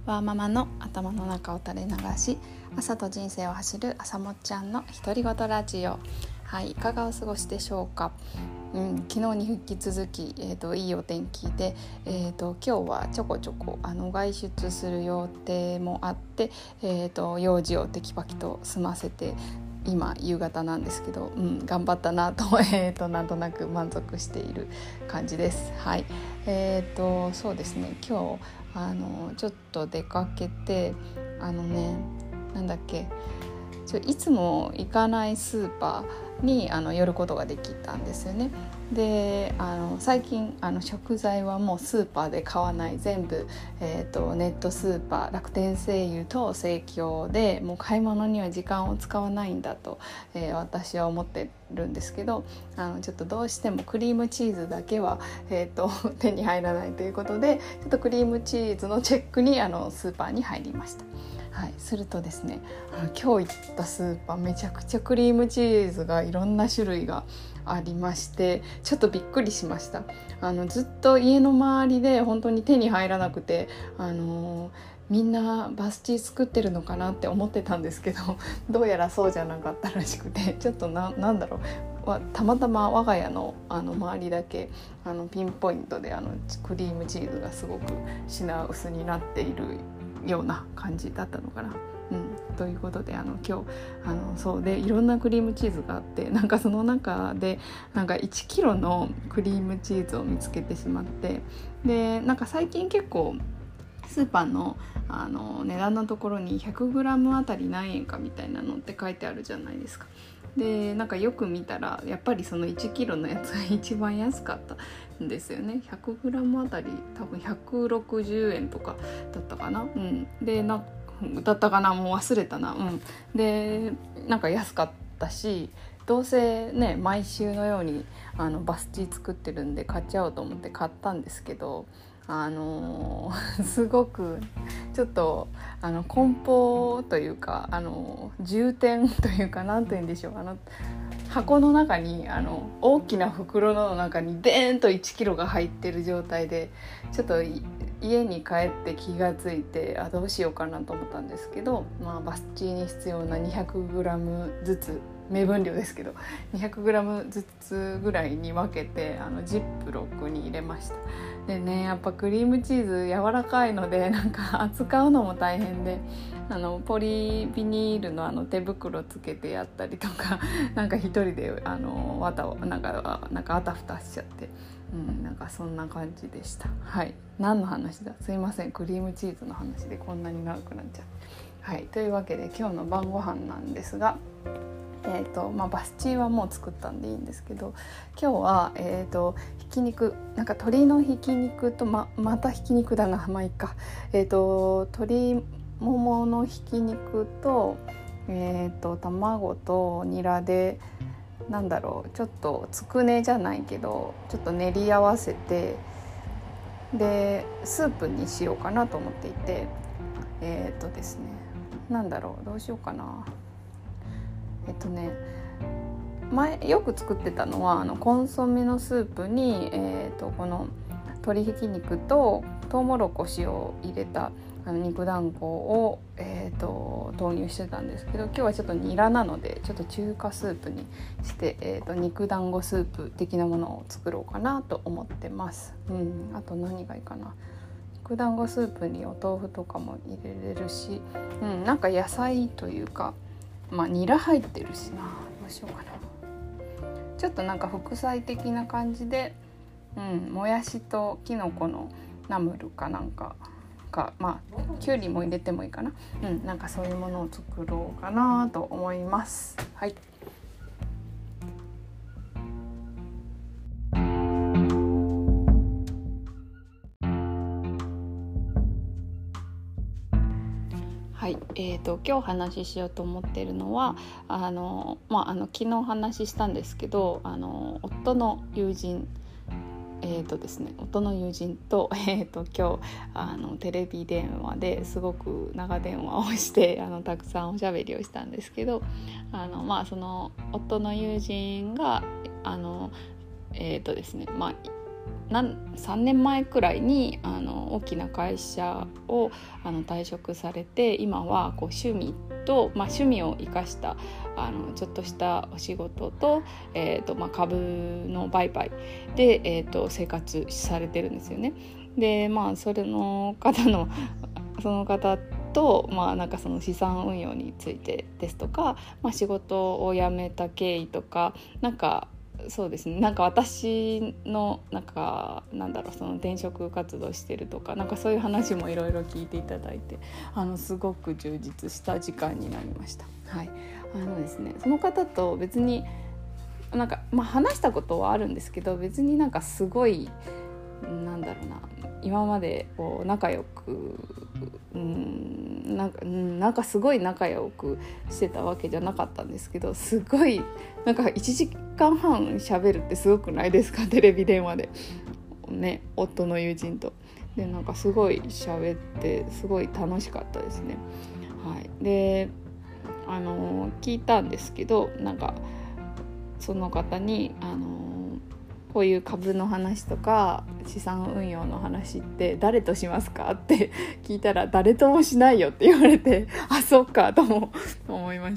ワーママの頭の中を垂れ流し、朝と人生を走る朝もっちゃんの独り言ラジオ。はい、いかがお過ごしでしょうか。昨日に引き続き、いいお天気で、今日はちょこちょこ外出する予定もあって、用事をテキパキと済ませて今夕方なんですけど、頑張ったなと、なんとなく満足している感じです。はい、そうですね、今日ちょっと出かけていつも行かないスーパーに寄ることができたんですよね。で最近食材はもうスーパーで買わない、全部、ネットスーパー、楽天製油と生協でもう買い物には時間を使わないんだと、私は思ってるんですけど、ちょっとどうしてもクリームチーズだけは、手に入らないということで、ちょっとクリームチーズのチェックにスーパーに入りました。はい、するとですね、今日行ったスーパーめちゃくちゃクリームチーズがいろんな種類がありまして、ちょっとびっくりしました。ずっと家の周りで本当に手に入らなくて、みんなバスチー作ってるのかなって思ってたんですけど、どうやらそうじゃなかったらしくて、ちょっとたまたま我が家の周りだけピンポイントでクリームチーズがすごく品薄になっているような感じだったのかな。ということで今日そうでいろんなクリームチーズがあって、その中で1キロのクリームチーズを見つけてしまって、で最近結構スーパーの値段のところに 100g あたり何円かみたいなのって書いてあるじゃないですか。でよく見たらやっぱりその1キロのやつが一番安かったんですよね。 100g あたり多分160円とかだったかな。でだったかな、もう忘れたな。で安かったし、どうせね毎週のようにバスチー作ってるんで買っちゃおうと思って買ったんですけど、すごくちょっと梱包というか充填というか、なんて言うんでしょう、箱の中に大きな袋の中にデーンと1キロが入ってる状態で、ちょっと家に帰って気がついてどうしようかなと思ったんですけど、バスチーに必要な 200g ずつ、目分量ですけど 200g ずつぐらいに分けてジップロックに入れました。でね、やっぱクリームチーズ柔らかいので扱うのも大変で、ポリビニールの手袋つけてやったりとか一人であたふたしちゃって、そんな感じでした。はい、何の話だ、すいません、クリームチーズの話でこんなに長くなっちゃって。はい、というわけで今日の晩ご飯なんですが、バスチーはもう作ったんでいいんですけど、今日は、ひき肉、鶏のひき肉と またひき肉だな、いいか、鶏もものひき肉と、卵とニラでちょっとつくねじゃないけどちょっと練り合わせて、でスープにしようかなと思っていて、ですね、どうしようかな。前よく作ってたのはコンソメのスープに、この鶏ひき肉とトウモロコシを入れた肉団子を、投入してたんですけど、今日はちょっとニラなのでちょっと中華スープにして、肉団子スープ的なものを作ろうかなと思ってます。あと何がいいかな。肉団子スープにお豆腐とかも入れれるし、野菜というかニラ入ってるしな、どうしようかな。ちょっと副菜的な感じで、もやしときのこのナムルかきゅうりも入れてもいいかな。そういうものを作ろうかなと思います。はい。はい、今日話ししようと思っているのは昨日話したんですけど、夫の友人夫の友人と、今日テレビ電話ですごく長電話をしてたくさんおしゃべりをしたんですけど、その夫の友人がですね、 3年前くらいに大きな会社を退職されて、今はこう趣味と、趣味を生かしたちょっとしたお仕事と、株の売買で、生活されてるんですよね。でその方と、なんかその資産運用についてですとか、仕事を辞めた経緯とか、なんかそうですね、なんか私のその転職活動してるとか、なんかそういう話もいろいろ聞いていただいて、すごく充実した時間になりました。はい、ですね、その方と別に話したことはあるんですけど、別になんかすごい今までこう仲良くなんかすごい仲良くしてたわけじゃなかったんですけど、すごいなんか1時間半喋るってすごくないですか、テレビ電話でね、夫の友人と。でなんかすごい喋ってすごい楽しかったですね。はい、で聞いたんですけど、なんかその方にこういう株の話とか資産運用の話って誰としますかって聞いたら、誰ともしないよって言われて、あ、そっかとも思いました。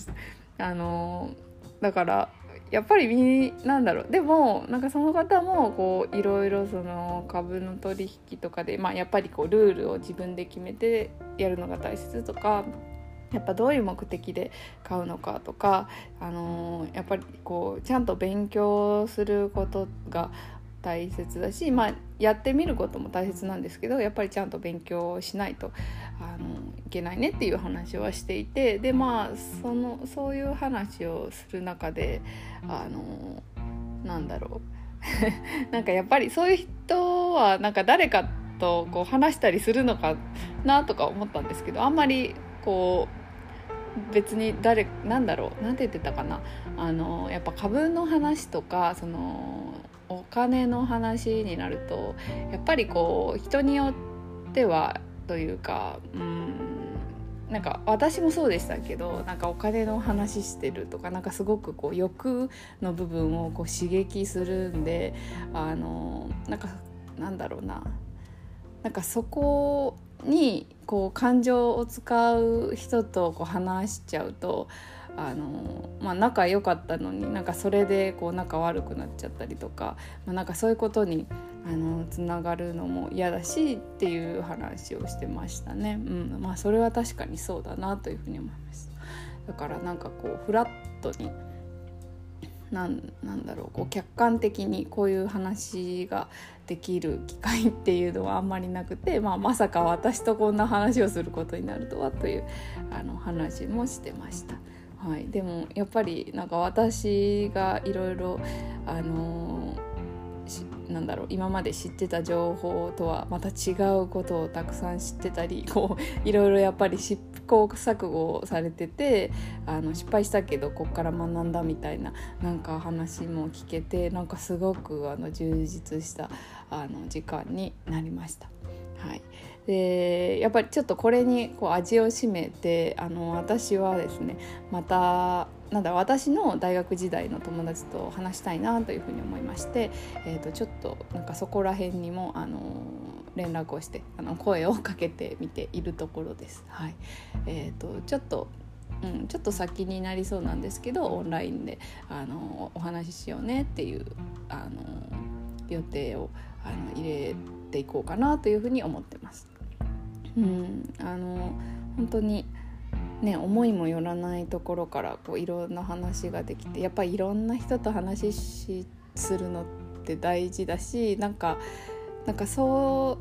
だからやっぱりでもなんかその方もこういろいろその株の取引とかで、やっぱりこうルールを自分で決めてやるのが大切とか、やっぱどういう目的で買うのかとか、やっぱりこうちゃんと勉強することが大切だし、やってみることも大切なんですけど、やっぱりちゃんと勉強しないといけないねっていう話はしていて、でそういう話をする中でなんかやっぱりそういう人はなんか誰かとこう話したりするのかなとか思ったんですけど、あんまりこう別になんて言ってたかな、やっぱ株の話とかそのお金の話になると、やっぱりこう人によってはというか、なんか私もそうでしたけど、なんかお金の話してるとか、なんかすごくこう欲の部分をこう刺激するんで、なんかそこにこう感情を使う人とこう話しちゃうと、仲良かったのになんかそれでこう仲悪くなっちゃったりとか、なんかそういうことにつながるのも嫌だしっていう話をしてましたね。それは確かにそうだなというふうに思いました。だからなんかこうフラットにこう客観的にこういう話ができる機会っていうのはあんまりなくて、まさか私とこんな話をすることになるとはという話もしてました。はい、でもやっぱりなんか私がいろいろ今まで知ってた情報とはまた違うことをたくさん知ってたり、こういろいろやっぱり試行錯誤されてて、失敗したけどこっから学んだみたいななんか話も聞けて、なんかすごく充実した時間になりました。はい、でやっぱりちょっとこれにこう味を占めて、私はですね、また私の大学時代の友達と話したいなというふうに思いまして、ちょっとなんかそこら辺にも連絡をして声をかけてみているところです。はい、ちょっと先になりそうなんですけど、オンラインでお話ししようねっていう予定を入れていこうかなというふうに思ってます。本当にね、思いもよらないところからこういろんな話ができて、やっぱりいろんな人と話するのって大事だし、なんかそう、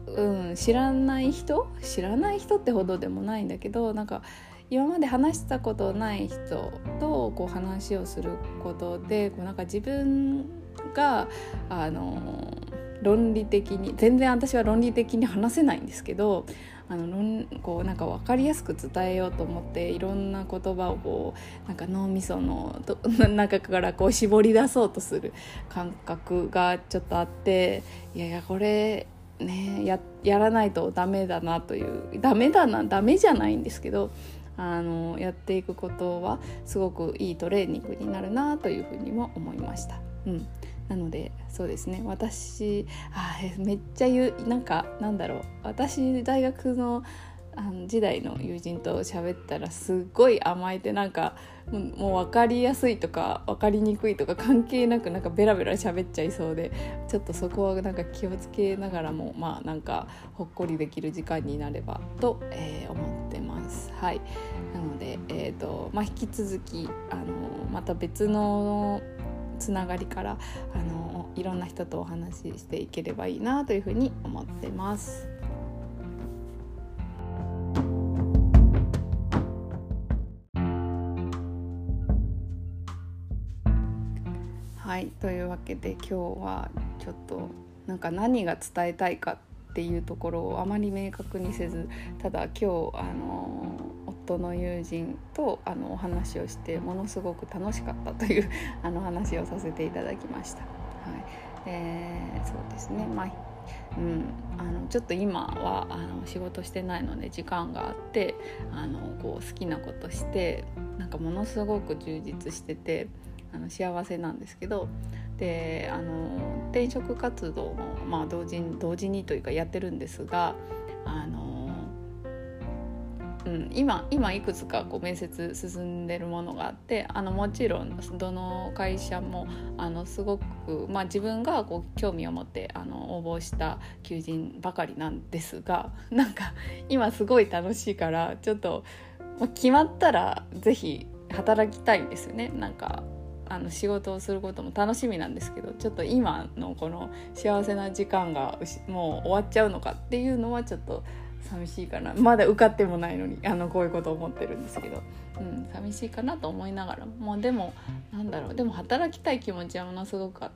知らない人ってほどでもないんだけど、なんか今まで話したことない人とこう話をすることで、こうなんか自分が論理的に、全然私は論理的に話せないんですけど、こうなんか分かりやすく伝えようと思っていろんな言葉をこうなんか脳みその中からこう絞り出そうとする感覚がちょっとあって、いやこれね やらないとダメだなという、ダメじゃないんですけど、やっていくことはすごくいいトレーニングになるなというふうにも思いました。 なのでそうですね、私めっちゃ私大学の時代の友人と喋ったらすっごい甘えて、もう分かりやすいとか分かりにくいとか関係なくベラベラ喋っちゃいそうで、ちょっとそこは気をつけながらもほっこりできる時間になればと、思ってます。はい、なので、引き続きまた別のつながりからいろんな人とお話ししていければいいなというふうに思ってます。はい、というわけで今日はちょっと何が伝えたいかっていうところをあまり明確にせず、ただ今日夫の友人とお話をしてものすごく楽しかったという話をさせていただきました。はい、そうですね、ちょっと今は仕事してないので時間があって好きなことしてものすごく充実してて幸せなんですけど、で転職活動も、同時にというかやってるんですが、今いくつか面接進んでるものがあって、もちろんどの会社もすごく、自分が興味を持って応募した求人ばかりなんですが、今すごい楽しいからちょっと、決まったらぜひ働きたいんですよね。仕事をすることも楽しみなんですけど、ちょっと今のこの幸せな時間がもう終わっちゃうのかっていうのはちょっと寂しいかな。まだ受かってもないのにこういうことを思ってるんですけど、寂しいかなと思いながらもでも働きたい気持ちはものすごくあって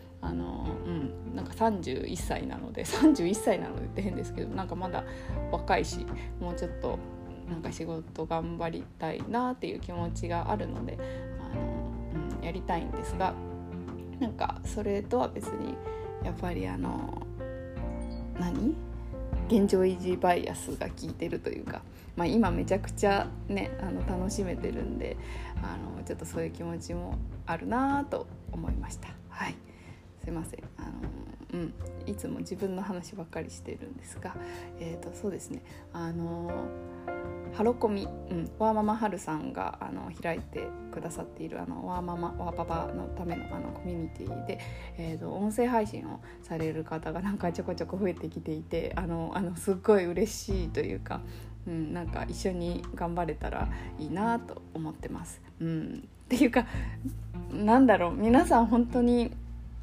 、31歳なのでって変ですけどまだ若いし、もうちょっと仕事頑張りたいなっていう気持ちがあるのでやりたいんですが、それとは別にやっぱり現状維持バイアスが効いてるというか、今めちゃくちゃね楽しめてるんでちょっとそういう気持ちもあるなと思いました。はい、すいませんいつも自分の話ばっかりしてるんですが、そうですねハロコミ、ワーママハルさんが開いてくださっているワーパパのためのコミュニティで、音声配信をされる方がちょこちょこ増えてきていてすっごい嬉しいというか、一緒に頑張れたらいいなと思ってます。っていうか皆さん本当に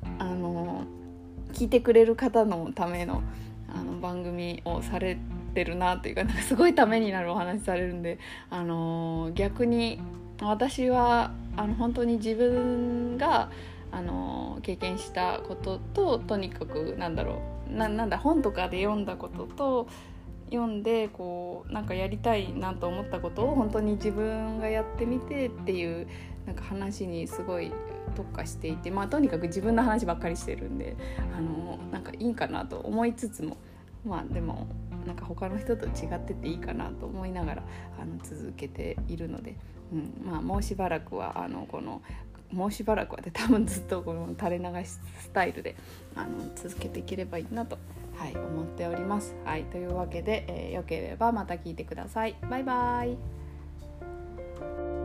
聞いてくれる方のための番組をされてるなというか、すごいためになるお話されるんで、逆に私は本当に自分が経験したことと、とにかく本とかで読んだことと読んでやりたいなと思ったことを本当に自分がやってみてっていう話にすごい特化していて、とにかく自分の話ばっかりしてるんでいいかなと思いつつも、でも他の人と違ってていいかなと思いながら続けているので、もうしばらくはで多分ずっとこの垂れ流しスタイルで続けていければいいなと、思っております。というわけで、よければまた聞いてください。バイバイ。